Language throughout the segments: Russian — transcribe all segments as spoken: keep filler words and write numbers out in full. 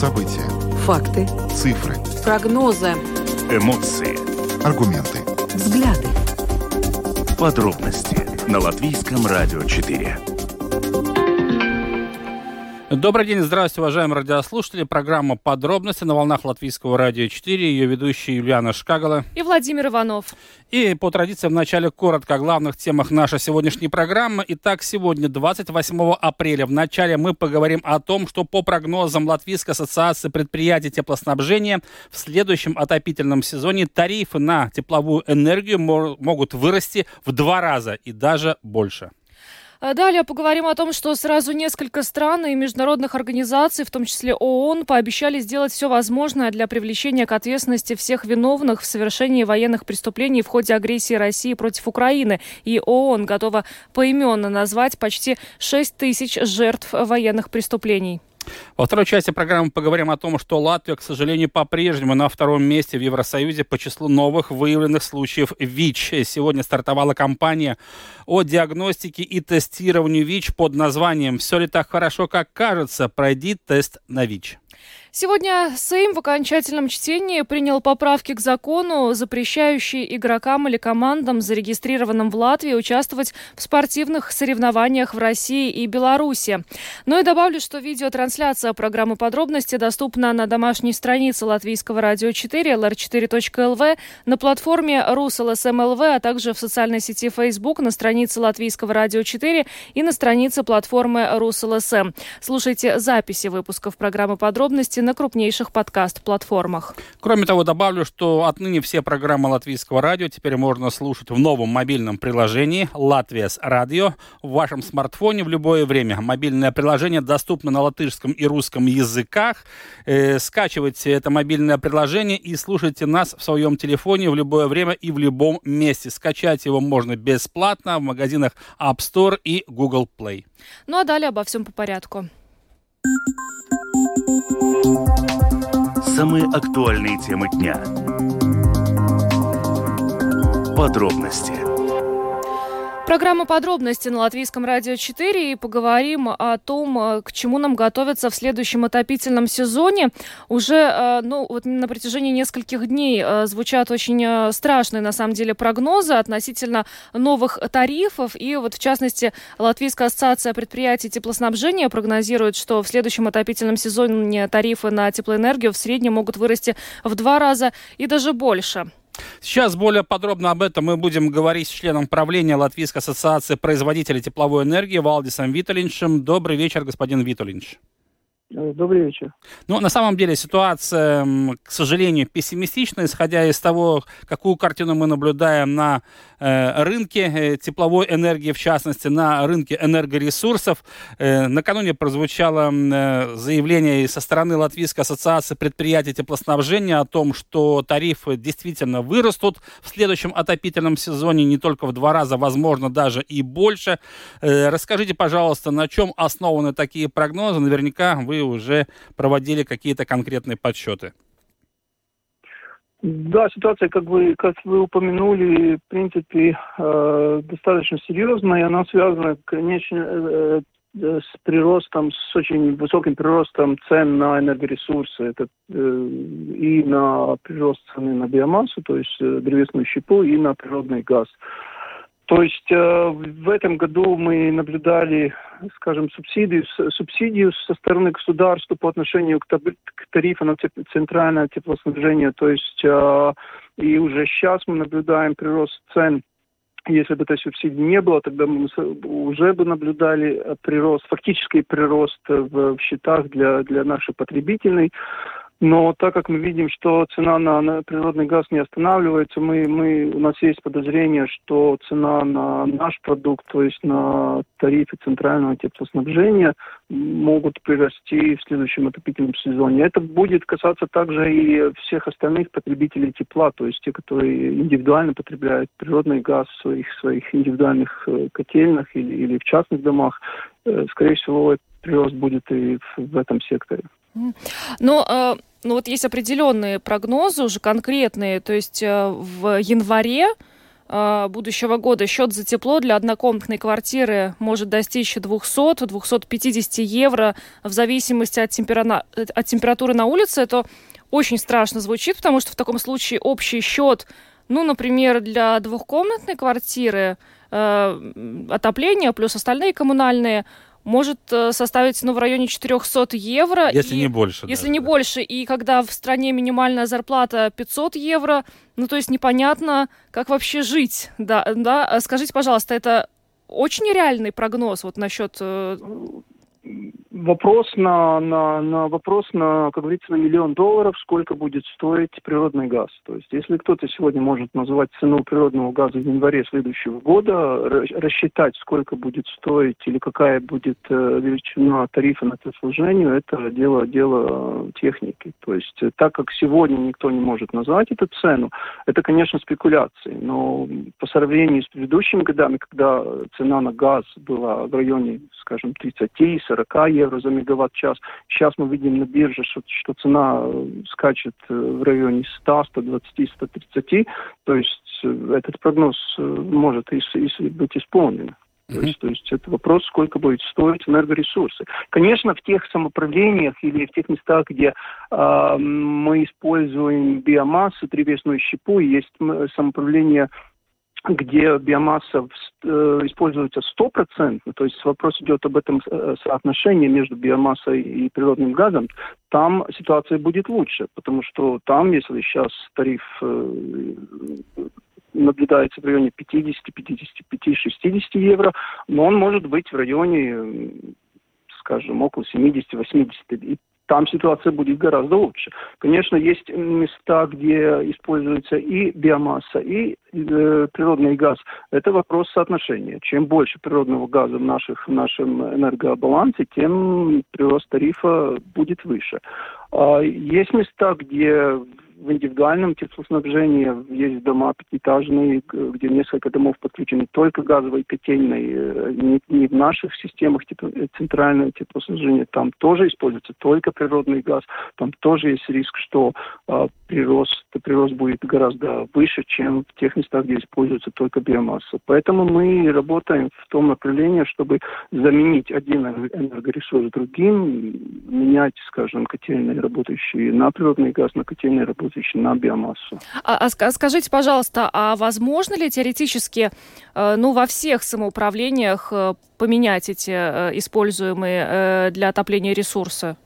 События. Факты. Цифры. Прогнозы. Эмоции. Аргументы. Взгляды. Подробности на Латвийском радио четыре. Добрый день, здравствуйте, уважаемые радиослушатели. Программа «Подробности» на волнах Латвийского радио четыре. Ее ведущие Юлиана Шкагала и Владимир Иванов. И по традиции в начале коротко о главных темах нашей сегодняшней программы. Итак, сегодня, двадцать восьмого апреля, в начале мы поговорим о том, что по прогнозам Латвийской ассоциации предприятий теплоснабжения в следующем отопительном сезоне тарифы на тепловую энергию могут вырасти в два раза и даже больше. Далее поговорим о том, что сразу несколько стран и международных организаций, в том числе ООН, пообещали сделать все возможное для привлечения к ответственности всех виновных в совершении военных преступлений в ходе агрессии России против Украины. И ООН готова поименно назвать почти шесть тысяч жертв военных преступлений. Во второй части программы поговорим о том, что Латвия, к сожалению, по-прежнему на втором месте в Евросоюзе по числу новых выявленных случаев ВИЧ. Сегодня стартовала кампания о диагностике и тестировании ВИЧ под названием «Все ли так хорошо, как кажется? Пройди тест на ВИЧ». Сегодня Сейм в окончательном чтении принял поправки к закону, запрещающие игрокам или командам, зарегистрированным в Латвии, участвовать в спортивных соревнованиях в России и Беларуси. Ну и добавлю, что видеотрансляция программы «Подробности» доступна на домашней странице Латвийского радио четыре, эл эр четыре точка эл ви, на платформе РусЛСМ эл ви, а также в социальной сети Facebook, на странице Латвийского радио четыре и на странице платформы РусЛСМ. Слушайте записи выпусков программы «Подробности» на крупнейших подкаст-платформах. Кроме того, добавлю, что отныне все программы Латвийского радио теперь можно слушать в новом мобильном приложении «Латвияс Радио» в вашем смартфоне в любое время. Мобильное приложение доступно на латышском и русском языках. Э, скачивайте это мобильное приложение и слушайте нас в своем телефоне в любое время и в любом месте. Скачать его можно бесплатно в магазинах App Store и Google Play. Ну а далее обо всем по порядку. Самые актуальные темы дня. Подробности. Программа «Подробности» на Латвийском радио четыре, и поговорим о том, к чему нам готовиться в следующем отопительном сезоне. Уже ну, вот на протяжении нескольких дней звучат очень страшные, на самом деле, прогнозы относительно новых тарифов. И вот, в частности, Латвийская ассоциация предприятий теплоснабжения прогнозирует, что в следующем отопительном сезоне тарифы на теплоэнергию в среднем могут вырасти в два раза и даже больше. Сейчас более подробно об этом мы будем говорить с членом правления Латвийской ассоциации производителей тепловой энергии Валдисом Витулиншем. Добрый вечер, господин Витулинш. Добрый вечер. Ну, на самом деле ситуация, к сожалению, пессимистична, исходя из того, какую картину мы наблюдаем на э, рынке э, тепловой энергии, в частности, на рынке энергоресурсов. Э, накануне прозвучало э, заявление со стороны Латвийской ассоциации предприятий теплоснабжения о том, что тарифы действительно вырастут в следующем отопительном сезоне не только в два раза, возможно, даже и больше. Э, расскажите, пожалуйста, на чем основаны такие прогнозы? Наверняка вы уже проводили какие-то конкретные подсчеты. Да, ситуация, как вы, как вы упомянули, в принципе, э, достаточно серьезная, и она связана, конечно, э, с приростом, с очень высоким приростом цен на энергоресурсы. Это э, и на прирост цены на биомассу, то есть э, древесную щепу, и на природный газ. То есть э, в этом году мы наблюдали, скажем, субсидию, субсидию со стороны государства по отношению к, таб- к тарифу на теп- центральное теплоснабжение. То есть э, и уже сейчас мы наблюдаем прирост цен. Если бы этой субсидии не было, тогда мы уже бы наблюдали прирост, фактический прирост в, в счетах для, для наших потребителей. Но так как мы видим, что цена на, на природный газ не останавливается, мы, мы, у нас есть подозрение, что цена на наш продукт, то есть на тарифы центрального теплоснабжения, могут прирасти в следующем отопительном сезоне. Это будет касаться также и всех остальных потребителей тепла, то есть те, которые индивидуально потребляют природный газ в своих, своих индивидуальных э, котельных или, или в частных домах. Э, скорее всего, прирост будет и в, в этом секторе. Ну, э, ну, вот есть определенные прогнозы уже конкретные. То есть э, в январе э, будущего года счет за тепло для однокомнатной квартиры может достичь двести - двести пятьдесят евро в зависимости от, темпера... от температуры на улице. Это очень страшно звучит, потому что в таком случае общий счет, ну, например, для двухкомнатной квартиры э, отопление плюс остальные коммунальные может составить, ну, в районе четыреста евро. Если и, не больше. Если даже, не да. больше. И когда в стране минимальная зарплата пятьсот евро, ну, то есть непонятно, как вообще жить. Да, да. Скажите, пожалуйста, это очень реальный прогноз вот насчет... Вопрос на, на, на вопрос на, как говорится, на миллион долларов, сколько будет стоить природный газ. То есть, если кто-то сегодня может назвать цену природного газа в январе следующего года, рассчитать, сколько будет стоить или какая будет величина тарифа на теплоснабжение, это дело, дело техники. То есть, так как сегодня никто не может назвать эту цену, это, конечно, спекуляции. Но по сравнению с предыдущими годами, когда цена на газ была в районе, скажем, тридцать-сорок евро за мегаватт-час. Сейчас мы видим на бирже, что, что цена скачет в районе сто, сто двадцать, сто тридцать. То есть этот прогноз может и, и быть исполнен. Mm-hmm. То есть, то есть это вопрос, сколько будет стоить энергоресурсы. Конечно, в тех самоуправлениях или в тех местах, где э, мы используем биомассу, древесную щепу, есть самоуправление, где биомасса э, используется стопроцентно, то есть вопрос идет об этом э, соотношении между биомассой и природным газом, там ситуация будет лучше, потому что там, если сейчас тариф э, наблюдается в районе пятьдесят, пятьдесят пять, шестьдесят евро, но он может быть в районе, скажем, около семьдесят-восемьдесят. И там ситуация будет гораздо лучше. Конечно, есть места, где используется и биомасса, и э, природный газ. Это вопрос соотношения. Чем больше природного газа в, наших, в нашем энергобалансе, тем прирост тарифа будет выше. А есть места, где в индивидуальном теплоснабжении есть дома пятиэтажные, где несколько домов подключены только газовой котельной, не, не в наших системах тепло, центрального теплоснабжения. Там тоже используется только природный газ. Там тоже есть риск, что а, прирост, прирост будет гораздо выше, чем в тех местах, где используется только биомасса. Поэтому мы работаем в том направлении, чтобы заменить один энергоресурс другим, менять, скажем, котельные, работающие на природный газ, на котельные, работающие на биомассу. А, а скажите, пожалуйста, а возможно ли теоретически, э, ну, во всех самоуправлениях э, поменять эти э, используемые э, для отопления ресурсы?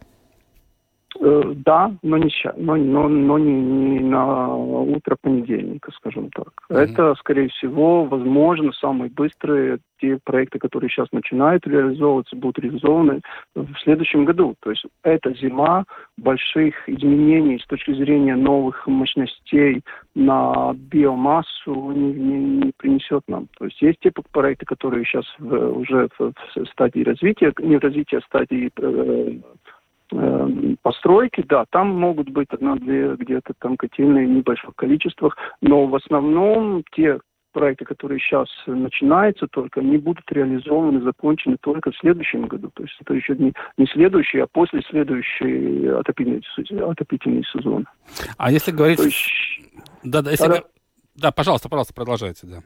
Э, да, но не сейчас, но, но, но не, не на утро понедельника, скажем так. Mm-hmm. Это, скорее всего, возможно, самые быстрые те проекты, которые сейчас начинают реализовываться, будут реализованы в следующем году. То есть эта зима больших изменений с точки зрения новых мощностей на биомассу не, не, не принесет нам. То есть есть те проекты, которые сейчас в, уже в, в стадии развития, не развития, а стадии э, э, постройки, да, там могут быть одна-две где-то там котельные в небольших количествах, но в основном те проекты, которые сейчас начинаются только, они будут реализованы, закончены только в следующем году. То есть это еще не, не следующий, а после следующий отопительный, отопительный сезон. А если говорить... Есть... Да, да, если... да, да, пожалуйста, пожалуйста, продолжайте, да.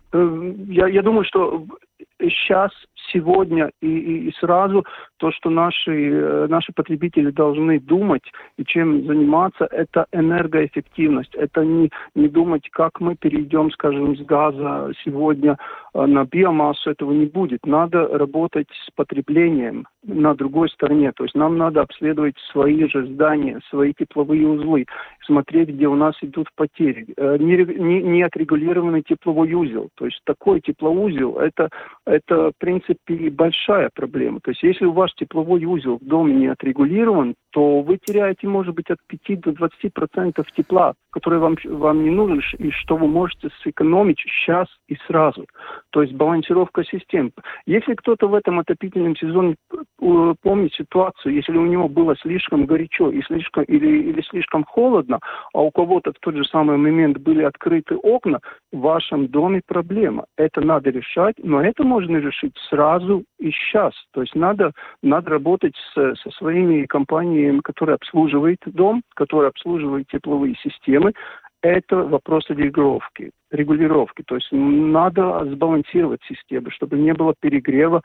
Я, я думаю, что сейчас, сегодня и, и, и сразу то, что наши, наши потребители должны думать и чем заниматься, это энергоэффективность. Это не, не думать, как мы перейдем, скажем, с газа сегодня на биомассу. Этого не будет. Надо работать с потреблением на другой стороне. То есть нам надо обследовать свои же здания, свои тепловые узлы, смотреть, где у нас идут потери. Не, не, не отрегулированный тепловой узел. То есть такой теплоузел, это, это, в принципе, большая проблема. То есть если у вас тепловой узел в доме не отрегулирован, то вы теряете, может быть, от пяти до двадцати процентов тепла, который вам, вам не нужен, и что вы можете сэкономить сейчас и сразу. То есть балансировка систем. Если кто-то в этом отопительном сезоне помнит ситуацию, если у него было слишком горячо и слишком, или, или слишком холодно, а у кого-то в тот же самый момент были открыты окна, в вашем доме проблема. Это надо решать, но это можно решить сразу и сейчас. То есть надо, надо работать с, со своими компаниями, которые обслуживают дом, которые обслуживают тепловые системы, это вопрос регулировки. регулировки. То есть надо сбалансировать систему, чтобы не было перегрева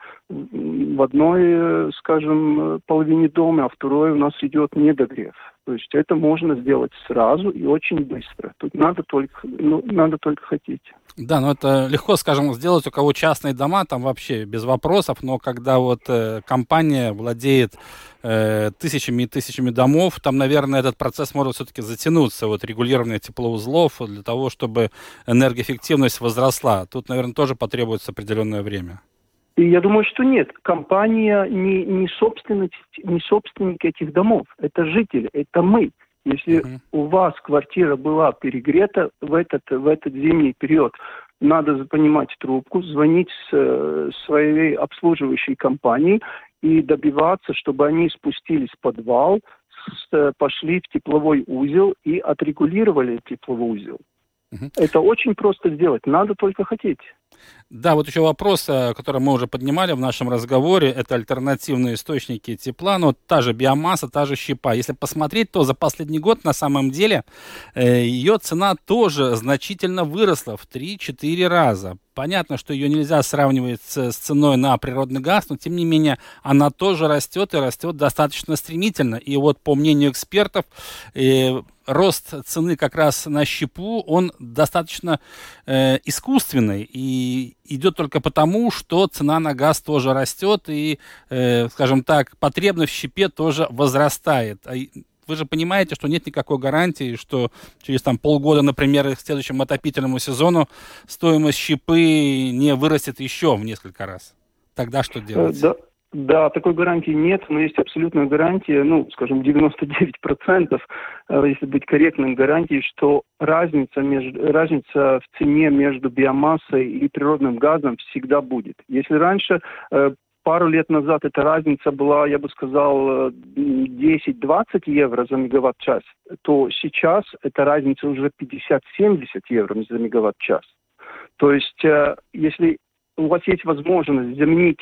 в одной, скажем, половине дома, а второй у нас идет недогрев. То есть это можно сделать сразу и очень быстро. Тут надо только, ну, надо только хотеть. Да, но это легко, скажем, сделать, у кого частные дома, там вообще без вопросов, но когда вот э, компания владеет э, тысячами и тысячами домов, там, наверное, этот процесс может все-таки затянуться, вот регулирование теплоузлов для того, чтобы энергоэффективность возросла. Тут, наверное, тоже потребуется определенное время. И я думаю, что нет. Компания не, не, собственник, не собственник этих домов. Это жители, это мы. Если uh-huh. у вас квартира была перегрета в этот, в этот зимний период, надо понимать трубку, звонить с, своей обслуживающей компании и добиваться, чтобы они спустились в подвал, с, пошли в тепловой узел и отрегулировали тепловой узел. Uh-huh. Это очень просто сделать, надо только хотеть. Да, вот еще вопрос, который мы уже поднимали в нашем разговоре, это альтернативные источники тепла, но та же биомасса, та же щепа. Если посмотреть, то за последний год на самом деле э, ее цена тоже значительно выросла в три-четыре раза. Понятно, что ее нельзя сравнивать с, с ценой на природный газ, но тем не менее она тоже растет и растет достаточно стремительно. И вот по мнению экспертов, э, рост цены как раз на щепу, он достаточно э, искусственный и идет только потому, что цена на газ тоже растет и, э, скажем так, потребность в щепе тоже возрастает. Вы же понимаете, что нет никакой гарантии, что через там, полгода, например, к следующему отопительному сезону стоимость щепы не вырастет еще в несколько раз. Тогда что делать? Да. Да, такой гарантии нет, но есть абсолютная гарантия, ну, скажем, девяносто девять процентов, если быть корректным, гарантии, что разница, между, разница в цене между биомассой и природным газом всегда будет. Если раньше, пару лет назад, эта разница была, я бы сказал, десять-двадцать евро за мегаватт-час, то сейчас эта разница уже пятьдесят-семьдесят евро за мегаватт-час. То есть, если у вас есть возможность заменить,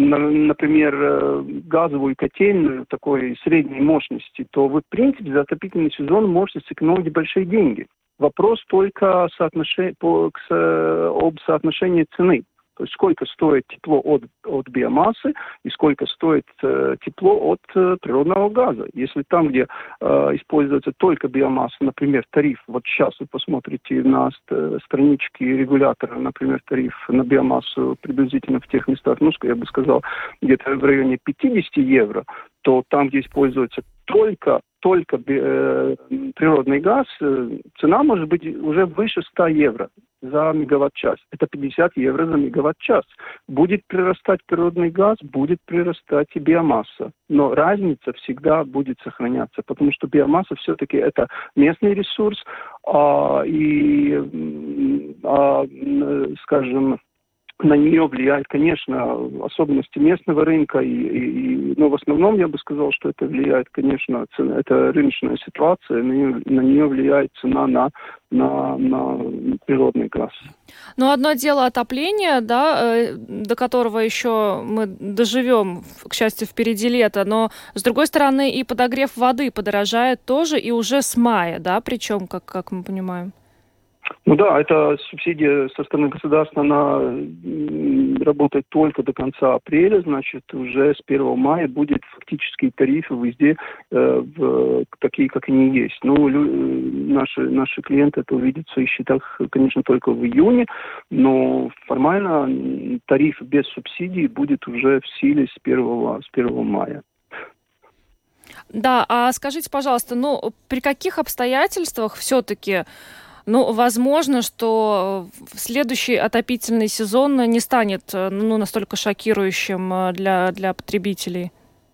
например, газовую котельную такой средней мощности, то вы, в принципе, за отопительный сезон можете сэкономить большие деньги. Вопрос только соотношение, по, к, об соотношении цены. То есть сколько стоит тепло от, от биомассы и сколько стоит э, тепло от э, природного газа. Если там, где э, используется только биомасса, например, тариф, вот сейчас вы посмотрите на ст- страничке регулятора, например, тариф на биомассу приблизительно в тех местах, ну, я бы сказал, где-то в районе пятьдесят евро, то там, где используется только, только э, природный газ, э, цена может быть уже выше ста евро за мегаватт-час. Это пятьдесят евро за мегаватт-час. Будет прирастать природный газ, будет прирастать и биомасса. Но разница всегда будет сохраняться, потому что биомасса все-таки это местный ресурс, а, и, а, скажем, на нее влияет, конечно, особенности местного рынка, и, и, но в основном я бы сказал, что это влияет, конечно, цена, это рыночная ситуация, на нее, на нее влияет цена на, на, на природный газ. Но одно дело отопление, да, до которого еще мы доживем, к счастью, впереди лето, но, с другой стороны, и подогрев воды подорожает тоже, и уже с мая, да, причем, как, как мы понимаем. Ну да, это субсидия со стороны государства, она работает только до конца апреля, значит, уже с первого мая будет фактически тарифы везде э, в, такие, как они есть. Ну, лю, наши, наши клиенты это увидят в своих счетах, конечно, только в июне, но формально тариф без субсидий будет уже в силе с первого, с первого мая. Да, а скажите, пожалуйста, ну, при каких обстоятельствах все-таки... Ну, возможно, что следующий отопительный сезон не станет, ну, настолько шокирующим для, для потребителей.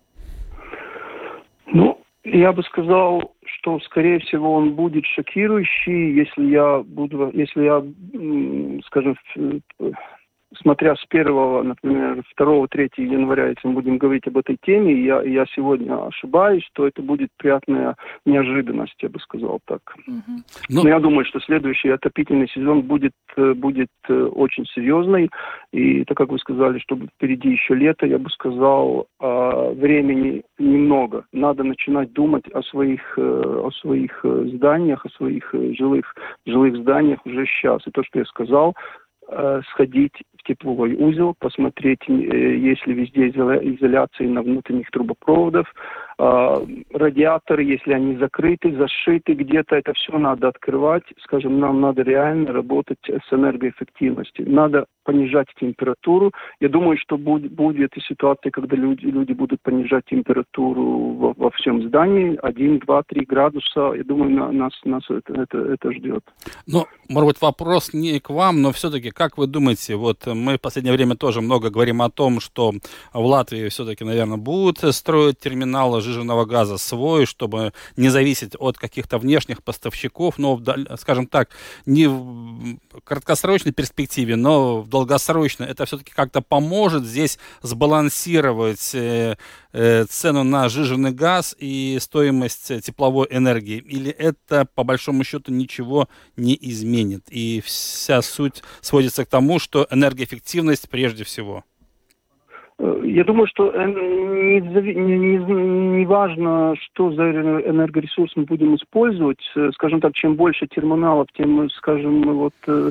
Ну, я бы сказал, что, скорее всего, он будет шокирующий, если я буду, если я, скажем, смотря с первого, например, второго-третьего января, если мы будем говорить об этой теме, я, я сегодня ошибаюсь, то это будет приятная неожиданность, я бы сказал так. Угу. Но... Но я думаю, что следующий отопительный сезон будет, будет очень серьезный. И так как вы сказали, что впереди еще лето, я бы сказал, времени немного. Надо начинать думать о своих, о своих зданиях, о своих жилых, жилых зданиях уже сейчас. И то, что я сказал, сходить в тепловой узел, посмотреть, есть ли везде изоляции на внутренних трубопроводах, радиаторы, если они закрыты, зашиты где-то, это все надо открывать. Скажем, нам надо реально работать с энергоэффективностью. Надо понижать температуру. Я думаю, что будет, будет и ситуация, когда люди, люди будут понижать температуру во, во всем здании один, два, три градуса. Я думаю, на, нас, нас это, это, это ждет. Ну, может быть, вопрос не к вам, но все-таки, как вы думаете, вот мы в последнее время тоже много говорим о том, что в Латвии все-таки, наверное, будут строить терминалы сжиженного газа свой, чтобы не зависеть от каких-то внешних поставщиков, но, скажем так, не в краткосрочной перспективе, но в долгосрочной. Это все-таки как-то поможет здесь сбалансировать э, э, цену на сжиженный газ и стоимость тепловой энергии? Или это, по большому счету, ничего не изменит? И вся суть сводится к тому, что энергоэффективность прежде всего. Я думаю, что не, не, не важно, что за энергоресурс мы будем использовать. Скажем так, чем больше терминалов, тем, скажем, вот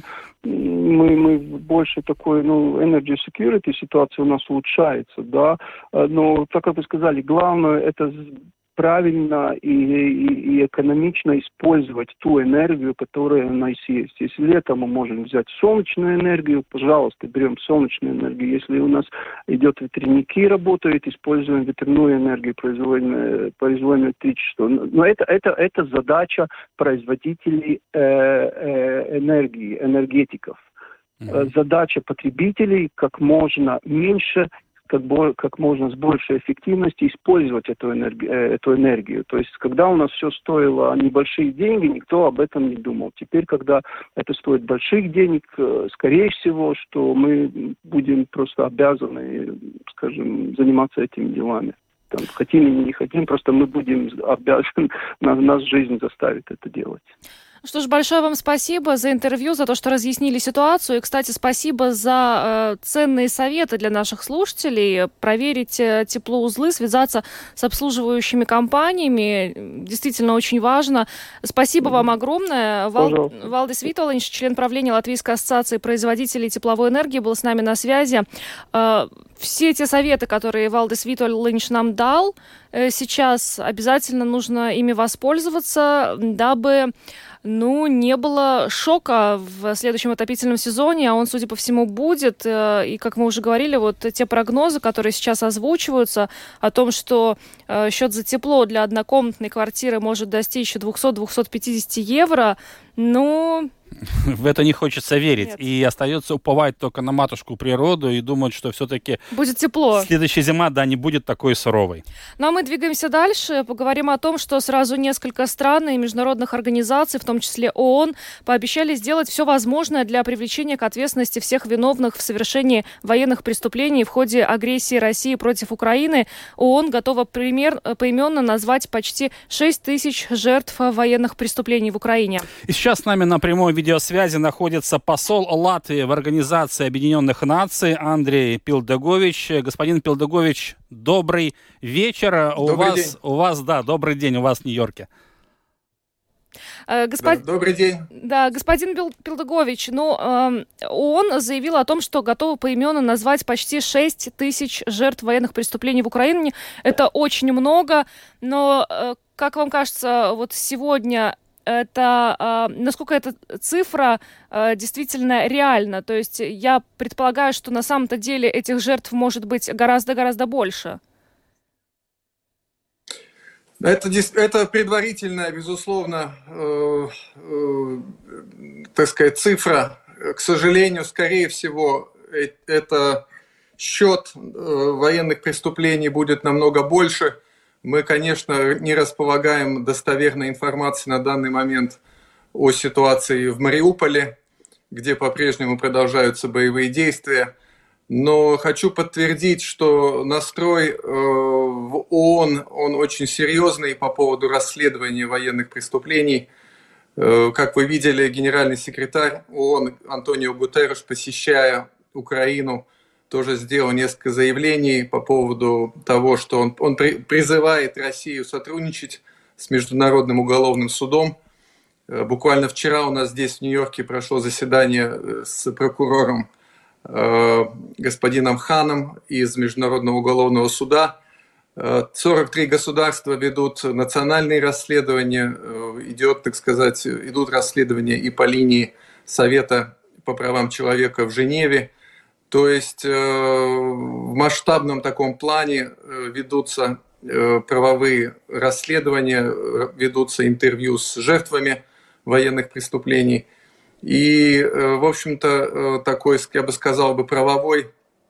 мы, мы больше такой, ну, energy security ситуация у нас улучшается, да. Но, так как вы сказали, главное это правильно и, и, и экономично использовать ту энергию, которая у нас есть. Если летом мы можем взять солнечную энергию, пожалуйста, берем солнечную энергию. Если у нас идет ветряники, работают, используем ветряную энергию, производим, производим электричество. Но это, это, это задача производителей э, э, энергии, энергетиков. Mm-hmm. Задача потребителей как можно меньше, Как, бо, как можно с большей эффективностью использовать эту энергию, эту энергию. То есть, когда у нас все стоило небольшие деньги, никто об этом не думал. Теперь, когда это стоит больших денег, скорее всего, что мы будем просто обязаны, скажем, заниматься этими делами. Там, хотим или не хотим, просто мы будем обязаны, нас жизнь заставит это делать. Что ж, большое вам спасибо за интервью, за то, что разъяснили ситуацию. И, кстати, спасибо за э, ценные советы для наших слушателей. Проверить э, теплоузлы, связаться с обслуживающими компаниями. Действительно очень важно. Спасибо mm-hmm. вам огромное. Вал... Валдис Витолинч, член правления Латвийской ассоциации производителей тепловой энергии, был с нами на связи. Э, все те советы, которые Валдис Витолинч нам дал, э, сейчас обязательно нужно ими воспользоваться, дабы... Ну, не было шока в следующем отопительном сезоне, а он, судя по всему, будет. И, как мы уже говорили, вот те прогнозы, которые сейчас озвучиваются, о том, что счет за тепло для однокомнатной квартиры может достичь двести-двести пятьдесят евро, ну... В это не хочется верить. Нет. И остается уповать только на матушку природу и думать, что все-таки будет тепло. Следующая зима, да, не будет такой суровой. Ну а мы двигаемся дальше. Поговорим о том, что сразу несколько стран и международных организаций, в том числе ООН, пообещали сделать все возможное для привлечения к ответственности всех виновных в совершении военных преступлений в ходе агрессии России против Украины. ООН готова пример, поименно назвать почти шесть тысяч жертв военных преступлений в Украине. И сейчас с нами на прямой видеосвязи находится посол Латвии в Организации Объединенных Наций Андрей Пилдагович. Господин Пилдагович, добрый вечер. Добрый у вас, день. У вас, да, добрый день у вас в Нью-Йорке. Господ... Да, добрый день. Да, господин Пилдагович, ну, э, ООН заявил о том, что готовы поименно назвать почти шесть тысяч жертв военных преступлений в Украине. Это очень много, но, э, как вам кажется, вот сегодня... Это, э, насколько эта цифра э, действительно реальна? То есть я предполагаю, что на самом-то деле этих жертв может быть гораздо-гораздо больше. Это, это предварительная, безусловно, э, э, так сказать, цифра. К сожалению, скорее всего, э, это счет э, военных преступлений будет намного больше. Мы, конечно, не располагаем достоверной информации на данный момент о ситуации в Мариуполе, где по-прежнему продолжаются боевые действия. но хочу подтвердить, что настрой в ООН, он очень серьезный по поводу расследования военных преступлений. Как вы видели, генеральный секретарь ООН Антонио Гутерреш, посещая Украину, тоже сделал несколько заявлений по поводу того, что он, он призывает Россию сотрудничать с Международным уголовным судом. Буквально вчера у нас здесь в Нью-Йорке прошло заседание с прокурором господином Ханом из Международного уголовного суда. сорок три государства ведут национальные расследования, идет, так сказать, идут расследования и по линии Совета по правам человека в Женеве. То есть в масштабном таком плане ведутся правовые расследования, ведутся интервью с жертвами военных преступлений. И, в общем-то, такой, я бы сказал, бы правовой,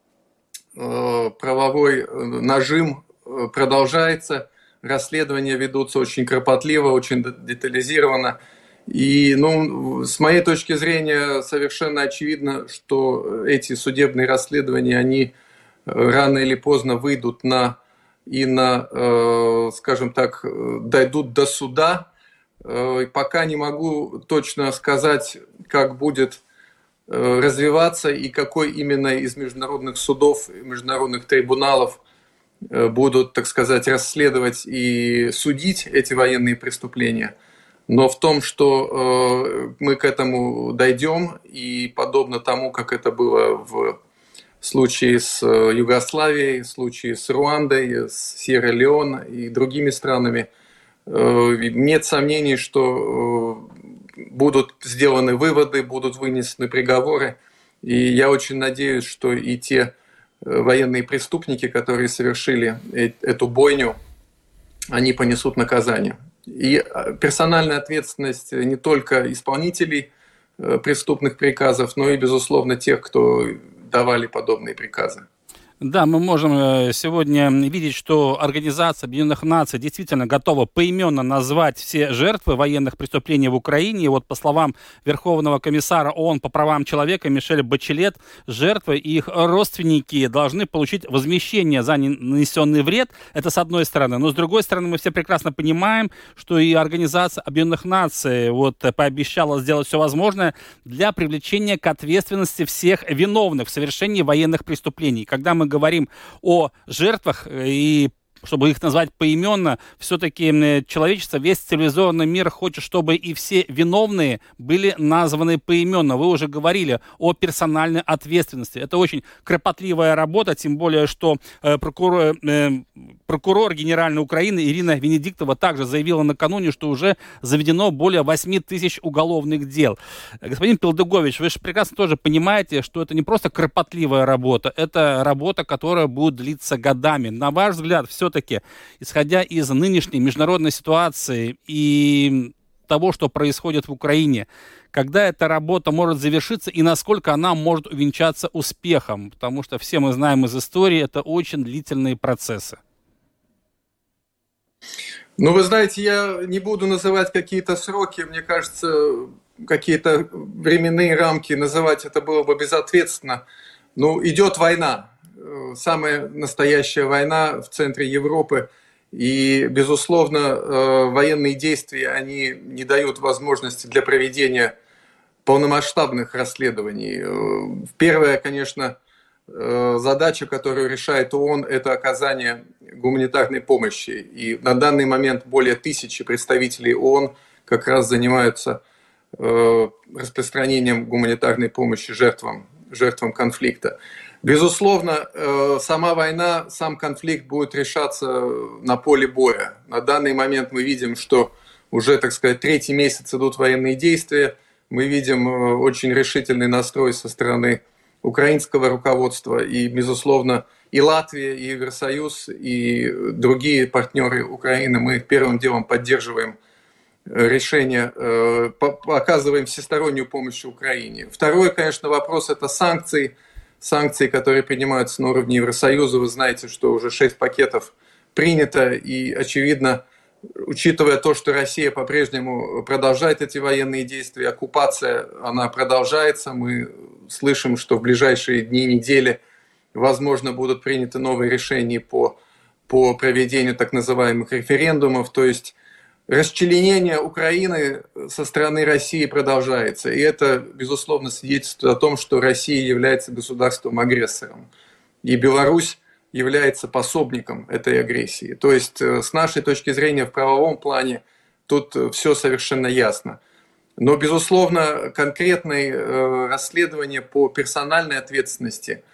правовой нажим продолжается. Расследования ведутся очень кропотливо, очень детализированно. И, ну, с моей точки зрения, совершенно очевидно, что эти судебные расследования, они рано или поздно выйдут на, и на, скажем так, дойдут до суда. Пока не могу точно сказать, как будет развиваться и какой именно из международных судов, международных трибуналов будут, так сказать, расследовать и судить эти военные преступления. Но в том, что мы к этому дойдем, и подобно тому, как это было в случае с Югославией, в случае с Руандой, с Сьерра-Леоне и другими странами, нет сомнений, что будут сделаны выводы, будут вынесены приговоры. И я очень надеюсь, что и те военные преступники, которые совершили эту бойню, они понесут наказание. И персональная ответственность не только исполнителей преступных приказов, но и, безусловно, тех, кто давали подобные приказы. Да, мы можем сегодня видеть, что Организация Объединенных Наций действительно готова поименно назвать все жертвы военных преступлений в Украине. И вот по словам Верховного комиссара ООН по правам человека Мишель Бачелет, жертвы и их родственники должны получить возмещение за нанесенный вред. Это с одной стороны. Но с другой стороны, мы все прекрасно понимаем, что и Организация Объединенных Наций вот пообещала сделать все возможное для привлечения к ответственности всех виновных в совершении военных преступлений. Когда мы говорим о жертвах, и чтобы их назвать поименно, все-таки человечество, весь цивилизованный мир хочет, чтобы и все виновные были названы поименно. Вы уже говорили о персональной ответственности. Это очень кропотливая работа, тем более, что э, прокурор, э, прокурор Генеральной Украины Ирина Венедиктова также заявила накануне, что уже заведено более восемь тысяч уголовных дел. Господин Пелдыгович, вы же прекрасно тоже понимаете, что это не просто кропотливая работа, это работа, которая будет длиться годами. На ваш взгляд, все все-таки, исходя из нынешней международной ситуации и того, что происходит в Украине, когда эта работа может завершиться и насколько она может увенчаться успехом? Потому что все мы знаем из истории, это очень длительные процессы. Ну, вы знаете, я не буду называть какие-то сроки, мне кажется, какие-то временные рамки называть это было бы безответственно. Ну, идет война. Самая настоящая война в центре Европы, и, безусловно, военные действия, они не дают возможности для проведения полномасштабных расследований. Первая, конечно, задача, которую решает ООН, это оказание гуманитарной помощи. И на данный момент более тысячи представителей ООН как раз занимаются распространением гуманитарной помощи жертвам, жертвам конфликта. Безусловно, сама война, сам конфликт будет решаться на поле боя. На данный момент мы видим, что уже, так сказать, третий месяц идут военные действия. Мы видим очень решительный настрой со стороны украинского руководства. И, безусловно, и Латвия, и Евросоюз, и другие партнеры Украины, мы первым делом поддерживаем решение, оказываем всестороннюю помощь Украине. Второй, конечно, вопрос – это санкции. Санкции, которые принимаются на уровне Евросоюза. Вы знаете, что уже шесть пакетов принято, и, очевидно, учитывая то, что Россия по-прежнему продолжает эти военные действия, оккупация, она продолжается. Мы слышим, что в ближайшие дни, недели возможно, будут приняты новые решения по, по проведению так называемых референдумов. То есть расчленение Украины со стороны России продолжается. И это, безусловно, свидетельствует о том, что Россия является государством-агрессором. И Беларусь является пособником этой агрессии. То есть, с нашей точки зрения, в правовом плане тут все совершенно ясно. Но, безусловно, конкретное расследование по персональной ответственности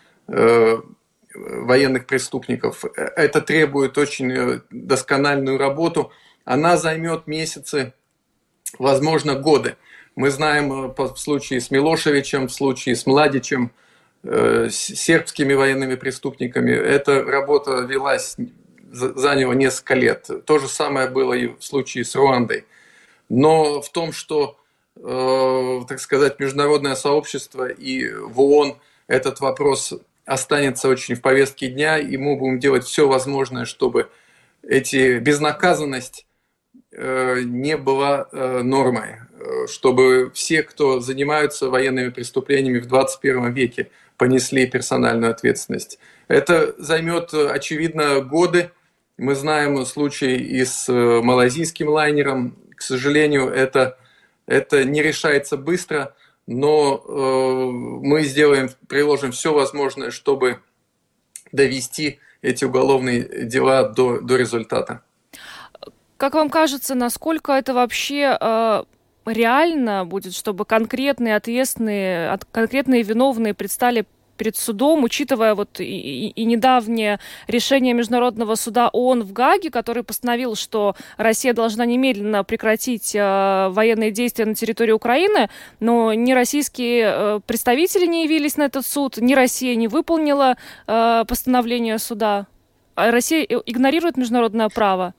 военных преступников, это требует очень доскональную работу. Она займет месяцы, возможно, годы. Мы знаем в случае с Милошевичем, в случае с Младичем, с сербскими военными преступниками, эта работа велась, заняло несколько лет. То же самое было и в случае с Руандой. Но в том, что, э, так сказать, международное сообщество и в ООН этот вопрос останется очень в повестке дня, и мы будем делать все возможное, чтобы эти, безнаказанность э, не была э, нормой, чтобы все, кто занимаются военными преступлениями в двадцать первом веке, понесли персональную ответственность. Это займет, очевидно, годы. Мы знаем случай и с малайзийским лайнером. К сожалению, это, это не решается быстро, но э, мы сделаем, приложим все возможное, чтобы довести эти уголовные дела до, до результата. Как вам кажется, насколько это вообще э, реально будет, чтобы конкретные ответственные, конкретные виновные предстали перед судом, учитывая вот и, и, и недавнее решение Международного суда ООН в Гааге, который постановил, что Россия должна немедленно прекратить э, военные действия на территории Украины, но ни российские э, представители не явились на этот суд, ни Россия не выполнила э, постановление суда. А Россия игнорирует международное право.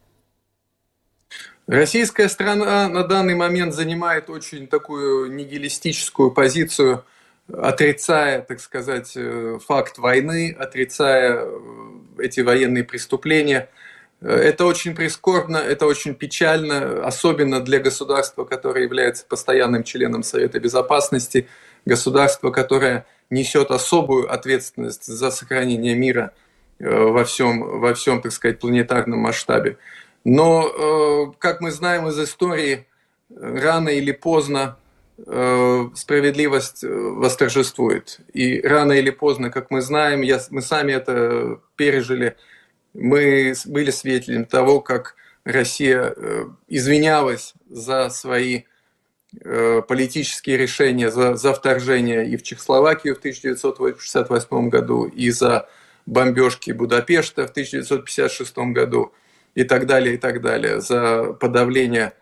Российская страна на данный момент занимает очень такую нигилистическую позицию, отрицая, так сказать, факт войны, отрицая эти военные преступления. Это очень прискорбно, это очень печально, особенно для государства, которое является постоянным членом Совета Безопасности, государство, которое несет особую ответственность за сохранение мира во всем, во всем, так сказать, планетарном масштабе. Но, как мы знаем из истории, рано или поздно справедливость восторжествует. И рано или поздно, как мы знаем, я, мы сами это пережили, мы были свидетелями того, как Россия извинялась за свои политические решения, за, за вторжение и в Чехословакию в тысяча девятьсот шестьдесят восьмом году, и за бомбежки Будапешта в тысяча девятьсот пятьдесят шестом году, и так далее, и так далее, за подавление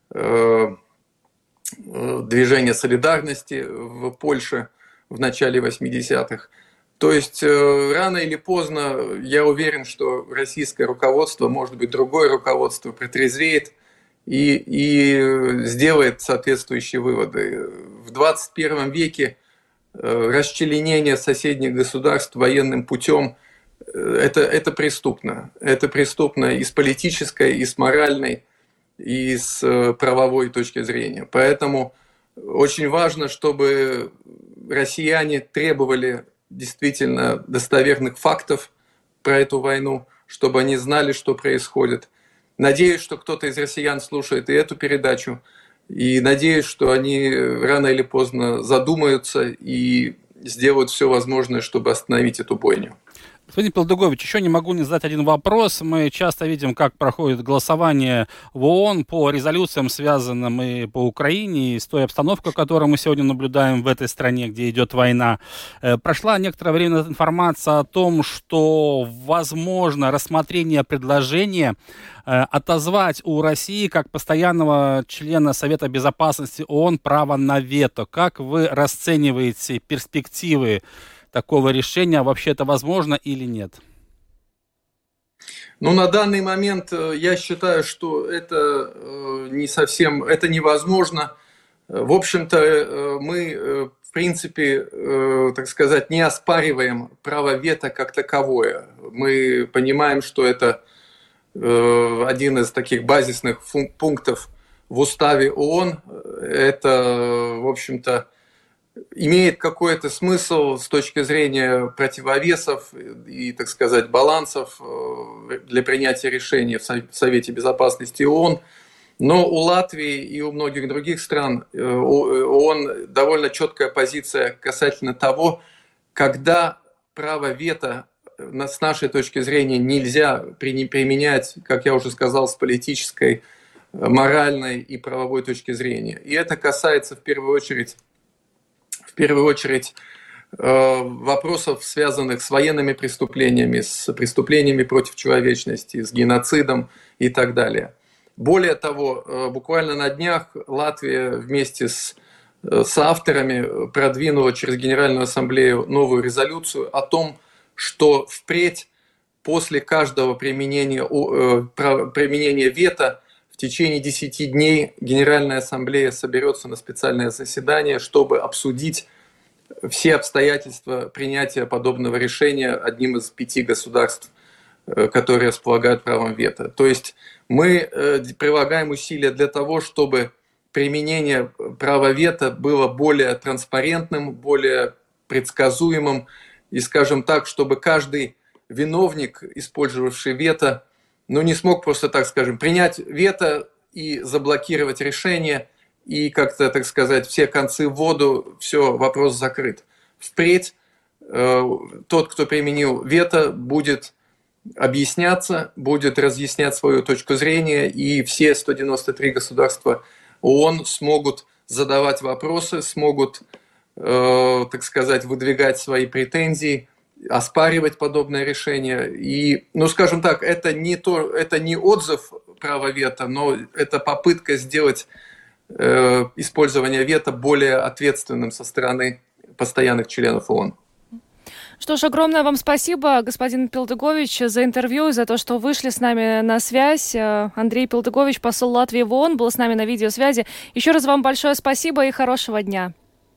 движение солидарности в Польше в начале восьмидесятых. То есть рано или поздно, я уверен, что российское руководство, может быть, другое руководство протрезвеет и, и сделает соответствующие выводы. В двадцать первом веке расчленение соседних государств военным путем это, это преступно. Это преступно и с политической, и с моральной, и с правовой точки зрения. Поэтому очень важно, чтобы россияне требовали действительно достоверных фактов про эту войну, чтобы они знали, что происходит. Надеюсь, что кто-то из россиян слушает и эту передачу, и надеюсь, что они рано или поздно задумаются и сделают все возможное, чтобы остановить эту бойню. Господин Пелдугович, еще не могу не задать один вопрос. Мы часто видим, как проходит голосование в ООН по резолюциям, связанным и по Украине, и с той обстановкой, которую мы сегодня наблюдаем в этой стране, где идет война. Прошла некоторое время информация о том, что возможно рассмотрение предложения отозвать у России, как постоянного члена Совета Безопасности ООН, право на вето. Как вы расцениваете перспективы такого решения? Вообще это возможно или нет? Ну, на данный момент я считаю, что это не совсем, это невозможно. В общем-то, мы, в принципе, так сказать, не оспариваем право вето как таковое. Мы понимаем, что это один из таких базисных пунктов в уставе ООН. Это, в общем-то, имеет какой-то смысл с точки зрения противовесов и, так сказать, балансов для принятия решений в Совете Безопасности ООН. Но у Латвии и у многих других стран ООН довольно четкая позиция касательно того, когда право вето с нашей точки зрения нельзя применять, как я уже сказал, с политической, моральной и правовой точки зрения. И это касается в первую очередь, в первую очередь вопросов, связанных с военными преступлениями, с преступлениями против человечности, с геноцидом и так далее. Более того, буквально на днях Латвия вместе с, с авторами продвинула через Генеральную Ассамблею новую резолюцию о том, что впредь после каждого применения, применения вето в течение десяти дней Генеральная Ассамблея соберется на специальное заседание, чтобы обсудить все обстоятельства принятия подобного решения одним из пяти государств, которые располагают правом вето. То есть мы прилагаем усилия для того, чтобы применение права вето было более транспарентным, более предсказуемым, и, скажем так, чтобы каждый виновник, использовавший вето, ну, не смог просто, так скажем, принять вето и заблокировать решение, и как-то, так сказать, все концы в воду, все, вопрос закрыт. Впредь э, тот, кто применил вето, будет объясняться, будет разъяснять свою точку зрения, и все сто девяносто три государства ООН смогут задавать вопросы, смогут, э, так сказать, выдвигать свои претензии, оспаривать подобное решение. И, ну, скажем так, это не, то, это не отзыв права вето, но это попытка сделать э, использование вето более ответственным со стороны постоянных членов ООН. Что ж, огромное вам спасибо, господин Пилдыгович, за интервью и за то, что вышли с нами на связь. Андрей Пилдыгович, посол Латвии в ООН, был с нами на видеосвязи. Еще раз вам большое спасибо и хорошего дня.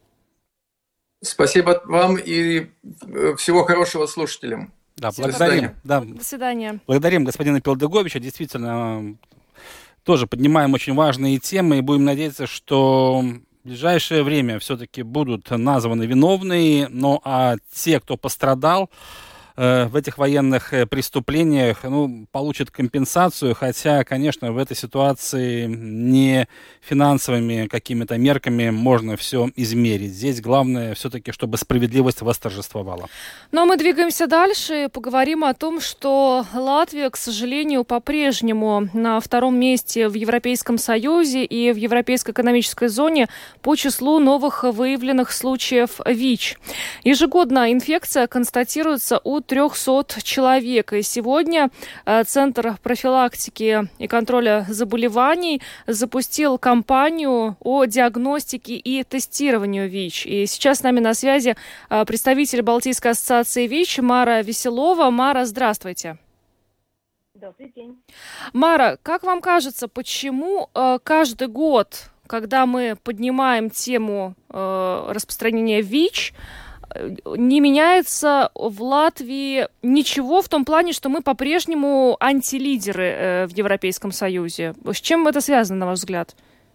Спасибо вам и всего хорошего слушателям. Да, благодарим. Да. До свидания. Благодарим господина Пилдыговича. Действительно, тоже поднимаем очень важные темы и будем надеяться, что в ближайшее время все-таки будут названы виновные, но а те, кто пострадал э, в этих военных преступлениях, ну, получат компенсацию, хотя, конечно, в этой ситуации не финансовыми какими-то мерками можно все измерить. Здесь главное все-таки, чтобы справедливость восторжествовала. Ну а мы двигаемся дальше и поговорим о том, что Латвия, к сожалению, по-прежнему на втором месте в Европейском Союзе и в Европейской экономической зоне по числу новых выявленных случаев ВИЧ. Ежегодно инфекция констатируется у трехсот человек. И сегодня Центр профилактики и контроля заболеваний запустил кампанию о диагностике и тестировании ВИЧ. И сейчас с нами на связи представитель Балтийской ассоциации ВИЧ Мара Веселова. Мара, здравствуйте. Добрый день. Мара, как вам кажется, почему каждый год, когда мы поднимаем тему распространения ВИЧ, не меняется в Латвии ничего в том плане, что мы по-прежнему антилидеры э, в Европейском Союзе? С чем это связано, на ваш взгляд?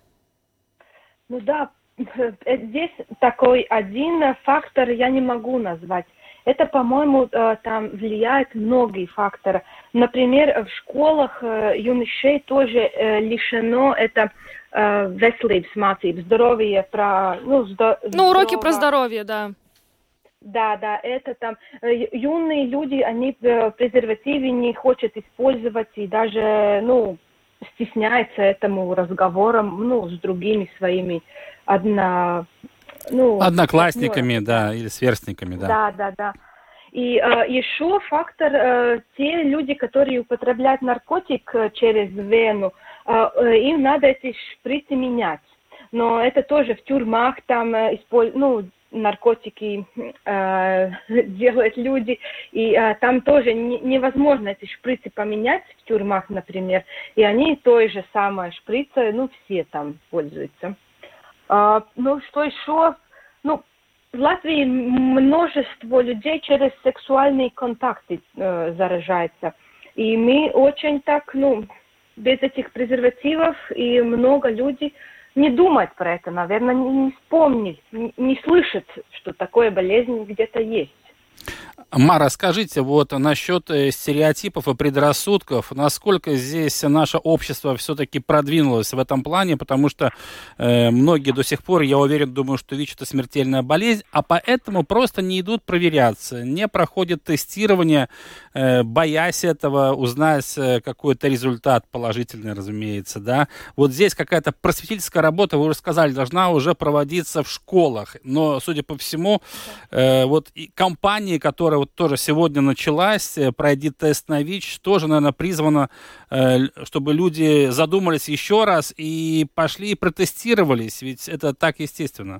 Ну да, здесь такой один фактор я не могу назвать. Это, по-моему, там влияет многие факторы. Например, в школах юношей тоже лишено это veselības mācības, здоровье, про... Ну, здо... ну уроки про здоровье, да. Да, да, это там юные люди, они презервативы не хотят использовать и даже, ну, стесняются этому разговором, ну, с другими своими одна, ну, одноклассниками, ну, да, или сверстниками, да. Да, да, да. И э, еще фактор, э, те люди, которые употребляют наркотик через вену, э, им надо эти шприцы менять. Но это тоже в тюрьмах там э, используют, ну, наркотики э, делают люди, и э, там тоже не, невозможно эти шприцы поменять в тюрьмах, например, и они той же самой шприцей, ну, все там пользуются. Э, ну, что еще? Ну, в Латвии множество людей через сексуальные контакты э, заражается, и мы очень так, ну, без этих презервативов, и много людей не думает про это, наверное, не, не вспомнит, не, не слышит, что такое болезнь где-то есть. Мара, скажите, вот насчет стереотипов и предрассудков, насколько здесь наше общество все-таки продвинулось в этом плане, потому что э, многие до сих пор, я уверен, думают, что ВИЧ – это смертельная болезнь, а поэтому просто не идут проверяться, не проходят тестирование, э, боясь этого, узнать э, какой-то результат положительный, разумеется, да. Вот здесь какая-то просветительская работа, вы уже сказали, должна уже проводиться в школах, но, судя по всему, э, вот и компании, которая вот тоже сегодня началась, «Пройди тест на ВИЧ», тоже, наверное, призвана, чтобы люди задумались еще раз и пошли и протестировались, ведь это так естественно.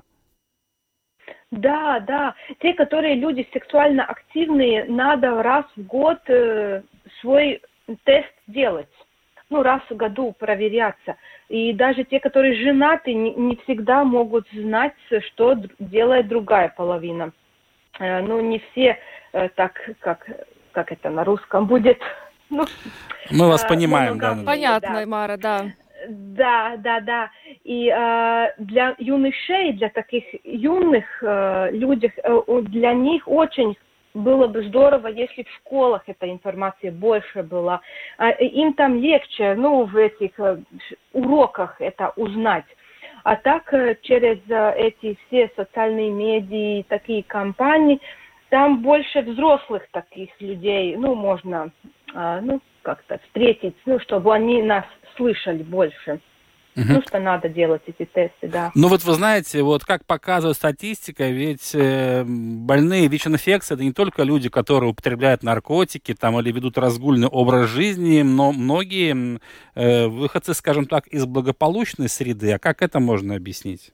Да, да. Те, которые люди сексуально активные, надо раз в год э, свой тест делать. Ну, раз в году проверяться. И даже те, которые женаты, не, не всегда могут знать, что делает другая половина. Э, ну, не все э, так, как, как это на русском будет. Ну, Мы вас э, понимаем, да. Понятно, да. Мара, да. Да, да, да. И э, для юношей, для таких юных э, людей, э, для них очень было бы здорово, если в школах эта информация больше была. Э, им там легче, ну, в этих э, уроках это узнать. А так э, через э, эти все социальные медиа, такие компании, там больше взрослых таких людей, ну, можно, э, ну, как-то встретить, ну, чтобы они нас слышали больше. Uh-huh. Ну, что надо делать эти тесты, да. Ну, вот вы знаете, вот как показывает статистика, ведь э, больные ВИЧ-инфекцией это не только люди, которые употребляют наркотики там, или ведут разгульный образ жизни, но многие э, выходцы, скажем так, из благополучной среды. А как это можно объяснить?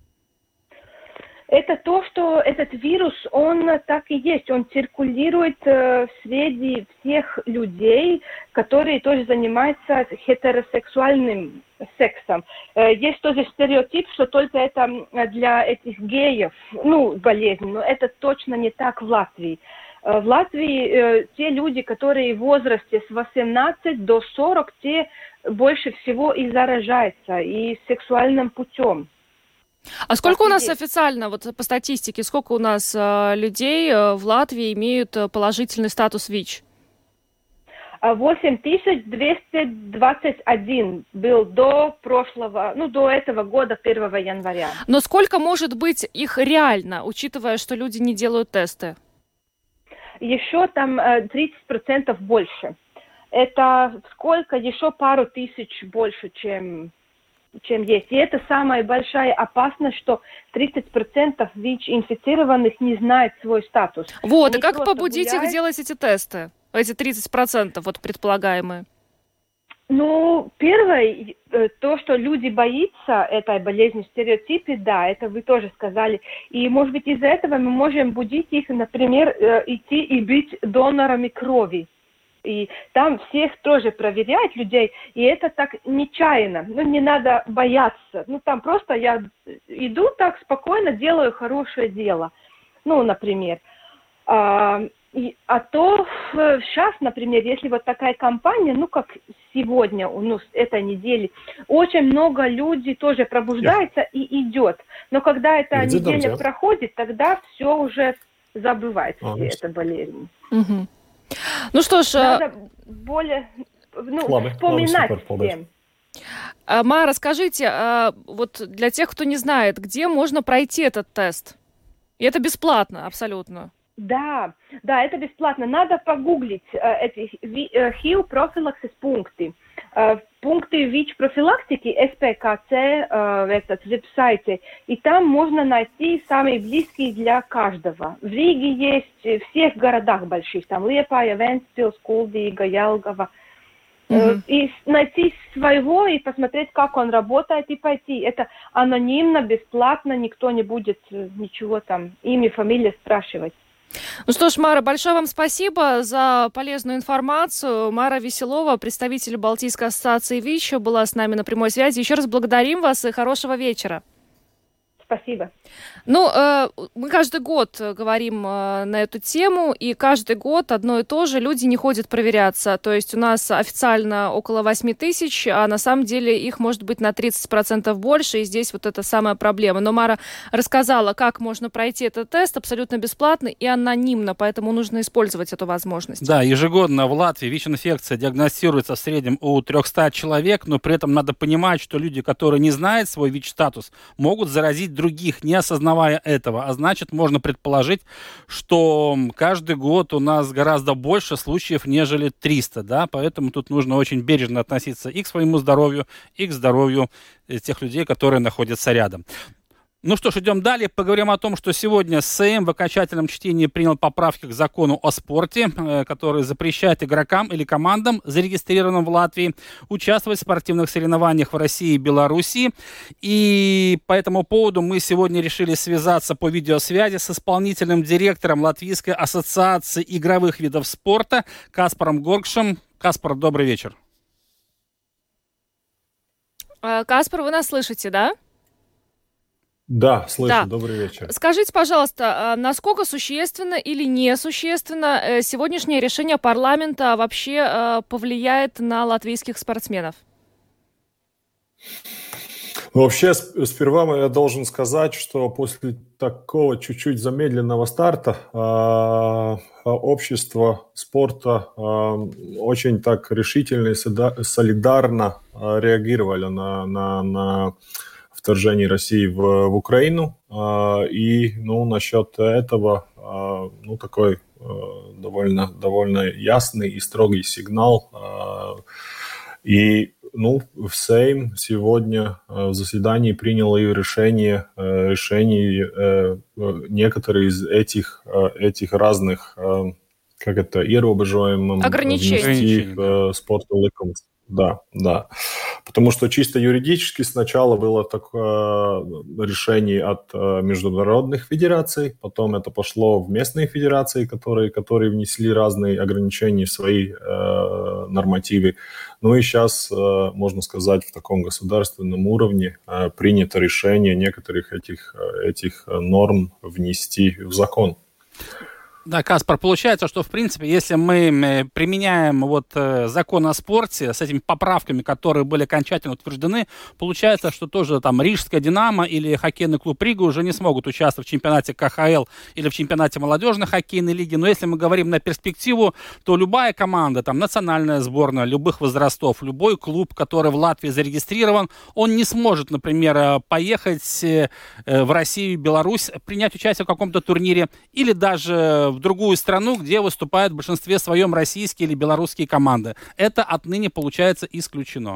Это то, что этот вирус, он так и есть, он циркулирует э, среди всех людей, которые тоже занимаются heterosexuальным сексом. Э, есть тоже стереотип, что только это для этих геев, ну, болезнь, но это точно не так в Латвии. Э, в Латвии э, те люди, которые в возрасте с восемнадцати до сорока, те больше всего и заражаются, и сексуальным путем. А сколько у нас официально, вот по статистике, сколько у нас э, людей э, в Латвии имеют положительный статус ВИЧ? восемь тысяч двести двадцать один был до прошлого, ну, до этого года, первого января. Но сколько может быть их реально, учитывая, что люди не делают тесты? Еще там э, тридцать процентов больше. Это сколько? Еще пару тысяч больше, чем... чем есть. И это самая большая опасность, что тридцать процентов ВИЧ-инфицированных не знают свой статус. Вот, Они и как побудить гуляют. их делать эти тесты? Эти тридцать процентов вот предполагаемые. Ну, первое, то, что люди боятся этой болезни, стереотипы, да, это вы тоже сказали. И, может быть, из-за этого мы можем будить их, например, идти и быть донорами крови. И там всех тоже проверяют людей, и это так нечаянно, ну, не надо бояться. Ну, там просто я иду так спокойно, делаю хорошее дело, ну, например. А, и, а то сейчас, например, если вот такая компания, ну, как сегодня, ну, с этой недели, очень много людей тоже пробуждается yeah. и идет. Но когда эта Где неделя проходит, тогда все уже забывается, oh, эта болезнь. Mm-hmm. Ну что ж... Надо более ну, Ладно, вспоминать ладно, всем. Мара, расскажите, вот для тех, кто не знает, где можно пройти этот тест? И это бесплатно, абсолютно. Да, да, это бесплатно. Надо погуглить эти эйч ай ви-профилаксис пункты. Пункты ВИЧ-профилактики, эс пэ ка цэ, этот веб-сайте, и там можно найти самые близкие для каждого. В Риге есть, в всех городах больших, там Лиепая, Вентспилс, Кулдига, Ялгова. Mm-hmm. И найти своего и посмотреть, как он работает, и пойти. Это анонимно, бесплатно, никто не будет ничего там, имя, фамилия спрашивать. Ну что ж, Мара, большое вам спасибо за полезную информацию. Мара Веселова, представитель Балтийской ассоциации ВИЧ, была с нами на прямой связи. Еще раз благодарим вас и хорошего вечера. Спасибо. Ну, э, мы каждый год говорим э, на эту тему, и каждый год одно и то же, люди не ходят проверяться. То есть у нас официально около восемь тысяч, а на самом деле их может быть на тридцать процентов больше, и здесь вот это самая проблема. Но Мара рассказала, как можно пройти этот тест абсолютно бесплатно и анонимно, поэтому нужно использовать эту возможность. Да, ежегодно в Латвии ВИЧ-инфекция диагностируется в среднем у триста человек, но при этом надо понимать, что люди, которые не знают свой ВИЧ-статус, могут заразить других, не осознавая этого. А значит, можно предположить, что каждый год у нас гораздо больше случаев, нежели триста, да, поэтому тут нужно очень бережно относиться и к своему здоровью, и к здоровью тех людей, которые находятся рядом. Ну что ж, идем далее. Поговорим о том, что сегодня Сейм в окончательном чтении принял поправки к закону о спорте, который запрещает игрокам или командам, зарегистрированным в Латвии, участвовать в спортивных соревнованиях в России и Беларуси. И по этому поводу мы сегодня решили связаться по видеосвязи с исполнительным директором Латвийской ассоциации игровых видов спорта Каспаром Горгшем. Каспар, добрый вечер. Каспар, вы нас слышите, да? Да, слышу. Да. Добрый вечер. Скажите, пожалуйста, насколько существенно или несущественно сегодняшнее решение парламента вообще повлияет на латвийских спортсменов? Вообще, сперва я должен сказать, что после такого чуть-чуть замедленного старта э, общество спорта э, очень так решительно и солидарно э, реагировали на, на, на вторжение России в, в Украину. Э, и ну, насчет этого э, ну, такой э, довольно, довольно ясный и строгий сигнал. Э, и Ну, Сейм сегодня в заседании принял и решение, решение некоторые из этих, этих разных, как это, ierobežojumiem ограничений в спорту likums. Да, да. Потому что чисто юридически сначала было такое решение от международных федераций, потом это пошло в местные федерации, которые, которые внесли разные ограничения в свои э, нормативы. Ну и сейчас, э, можно сказать, в таком государственном уровне э, принято решение некоторых этих, этих норм внести в закон. Да, Каспар, получается, что, в принципе, если мы применяем вот закон о спорте с этими поправками, которые были окончательно утверждены, получается, что тоже там Рижская «Динамо» или хоккейный клуб «Рига» уже не смогут участвовать в чемпионате ка ха эл или в чемпионате молодежной хоккейной лиги. Но если мы говорим на перспективу, то любая команда, там, национальная сборная любых возрастов, любой клуб, который в Латвии зарегистрирован, он не сможет, например, поехать в Россию и Беларусь, принять участие в каком-то турнире или даже в другую страну, где выступают в большинстве своем российские или белорусские команды. Это отныне, получается, исключено.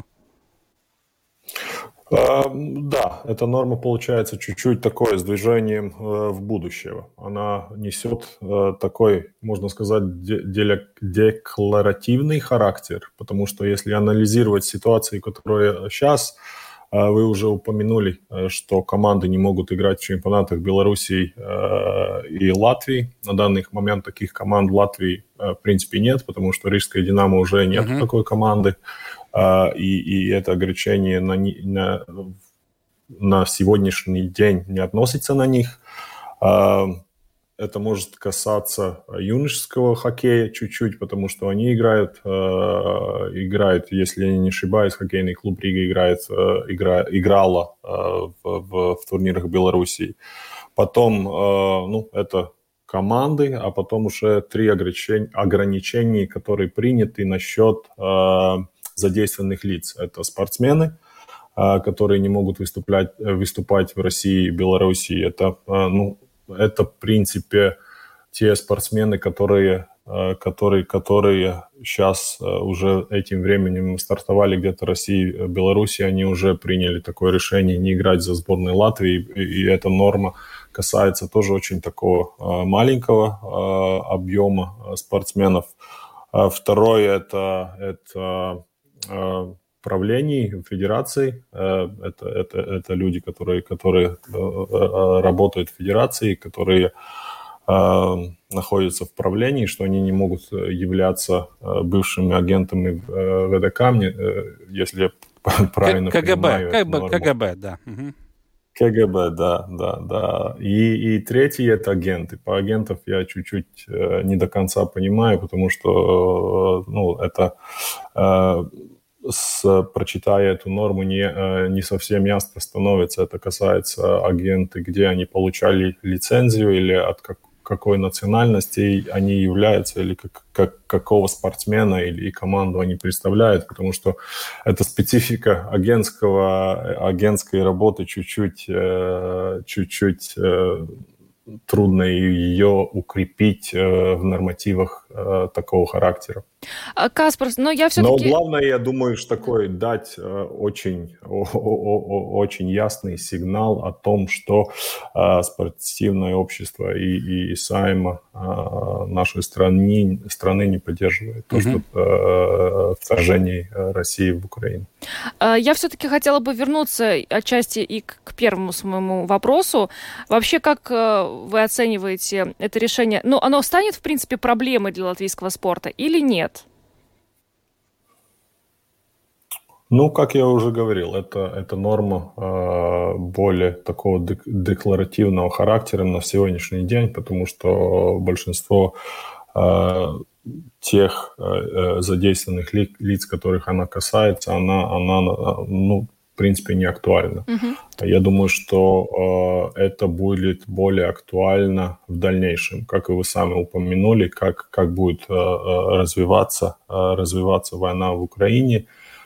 Да, эта норма получается чуть-чуть такое с движением в будущее. Она несет такой, можно сказать, декларативный характер, потому что если анализировать ситуации, которые сейчас, вы уже упомянули, что команды не могут играть в чемпионатах Белоруссии и Латвии. На данный момент таких команд в Латвии, в принципе, нет, потому что Рижская «Динамо» уже нет uh-huh. такой команды. И, и это ограничение на, на, на сегодняшний день не относится на них. Это может касаться юношеского хоккея чуть-чуть, потому что они играют, э, играют, если я не ошибаюсь, хоккейный клуб Рига играет, э, игра, играла э, в, в, в турнирах Белоруссии. Потом, э, ну, это команды, а потом уже три ограничения, ограничения которые приняты насчет э, задействованных лиц. Это спортсмены, э, которые не могут выступать, выступать в России и Белоруссии. Это, э, ну, Это, в принципе, те спортсмены, которые, которые, которые сейчас уже этим временем стартовали где-то в России, Беларуси, они уже приняли такое решение не играть за сборной Латвии, и эта норма касается тоже очень такого маленького объема спортсменов. Второе – это, это правлений, федераций. Это, это, это люди, которые, которые работают в федерации, которые э, находятся в правлении, что они не могут являться бывшими агентами ВДК, если я правильно КГБ, понимаю. КГБ, КГБ, да. Угу. КГБ, да, да, да. И, и третий – это агенты. По агентов я чуть-чуть э, не до конца понимаю, потому что, э, ну, это, э, с, прочитая эту норму, не, э, не совсем ясно становится. Это касается агенты, где они получали лицензию или от как, какой национальности они являются, или как, как, какого спортсмена или команду они представляют, потому что это специфика агентского, агентской работы чуть-чуть, чуть-чуть трудно ее укрепить в нормативах такого характера. Каспар, но я все-таки... Но главное, я думаю, что такой дать очень, очень ясный сигнал о том, что спортивное общество и, и Сайма нашей страны, страны не поддерживает то, что вторжение России в Украину. Я все-таки хотела бы вернуться отчасти и к первому своему вопросу. Вообще, как вы оцениваете это решение? Ну, оно станет, в принципе, проблемой для латвийского спорта или нет? Ну, как я уже говорил, это, это норма э, более такого дек- декларативного характера на сегодняшний день, потому что большинство э, тех э, задействованных ли, лиц, которых она касается, она, она ну, в принципе, не актуальна. Uh-huh. Я думаю, что э, это будет более актуально в дальнейшем, как и вы сами упомянули, как, как будет э, развиваться, э, развиваться война в Украине,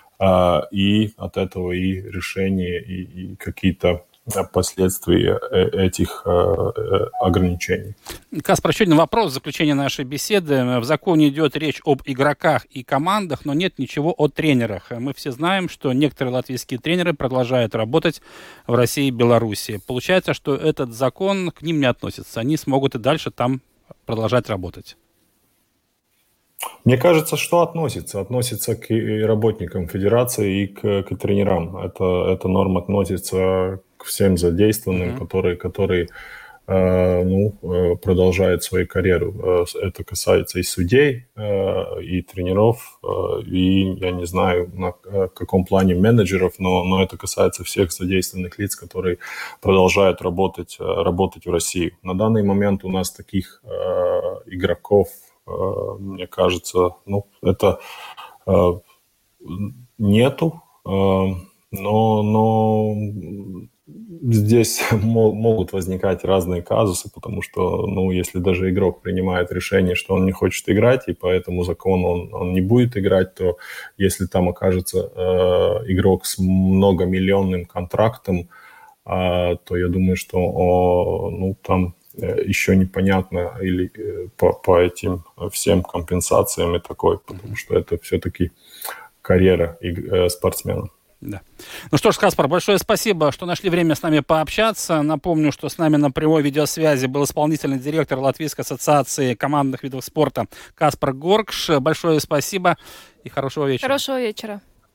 и от этого и решения, и, и какие-то последствия этих ограничений. Каспар, еще один вопрос в заключение нашей беседы. В законе идет речь об игроках и командах, но нет ничего о тренерах. Мы все знаем, что некоторые латвийские тренеры продолжают работать в России и Беларуси. Получается, что этот закон к ним не относится. Они смогут и дальше там продолжать работать. Мне кажется, что относится. Относится к работникам федерации и к, к тренерам. Это, эта норма относится к всем задействованным, mm-hmm. которые, которые э, ну, продолжают свою карьеру. Это касается и судей, э, и тренеров, э, и, я не знаю, на каком плане менеджеров, но, но это касается всех задействованных лиц, которые продолжают работать, работать в России. На данный момент у нас таких э, игроков, мне кажется, ну, это э, нету, э, но, но здесь мо- могут возникать разные казусы, потому что, ну, если даже игрок принимает решение, что он не хочет играть, и по этому закону он, он не будет играть, то если там окажется э, игрок с многомиллионным контрактом, э, то я думаю, что о, ну, там еще непонятно или по, по этим всем компенсациям и такой, потому что это все-таки карьера и, спортсмена. Да. Ну что ж, Каспар, большое спасибо, что нашли время с нами пообщаться. Напомню, что с нами на прямой видеосвязи был исполнительный директор Латвийской ассоциации командных видов спорта Каспар Горкш. Большое спасибо и хорошего вечера. Хорошего вечера.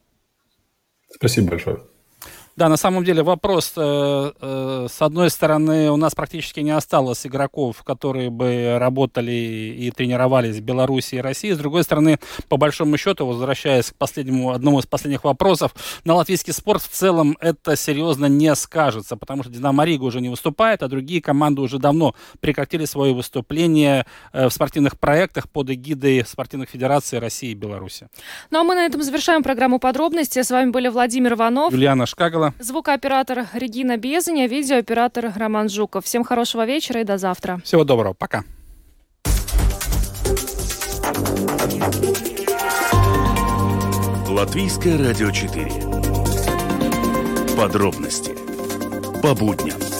Спасибо большое. Да, на самом деле вопрос, э, э, с одной стороны, у нас практически не осталось игроков, которые бы работали и тренировались в Беларуси и России. С другой стороны, по большому счету, возвращаясь к последнему, одному из последних вопросов, на латвийский спорт в целом это серьезно не скажется, потому что Динамо Рига уже не выступает, а другие команды уже давно прекратили свое выступление э, в спортивных проектах под эгидой спортивных федераций России и Беларуси. Ну а мы на этом завершаем программу «Подробности». С вами были Владимир Иванов, Юлиана Шкагала, звукооператор Регина Безаня, видеооператор Роман Жуков. Всем хорошего вечера и до завтра. Всего доброго. Пока. Латвийское радио четыре. Подробности по будням.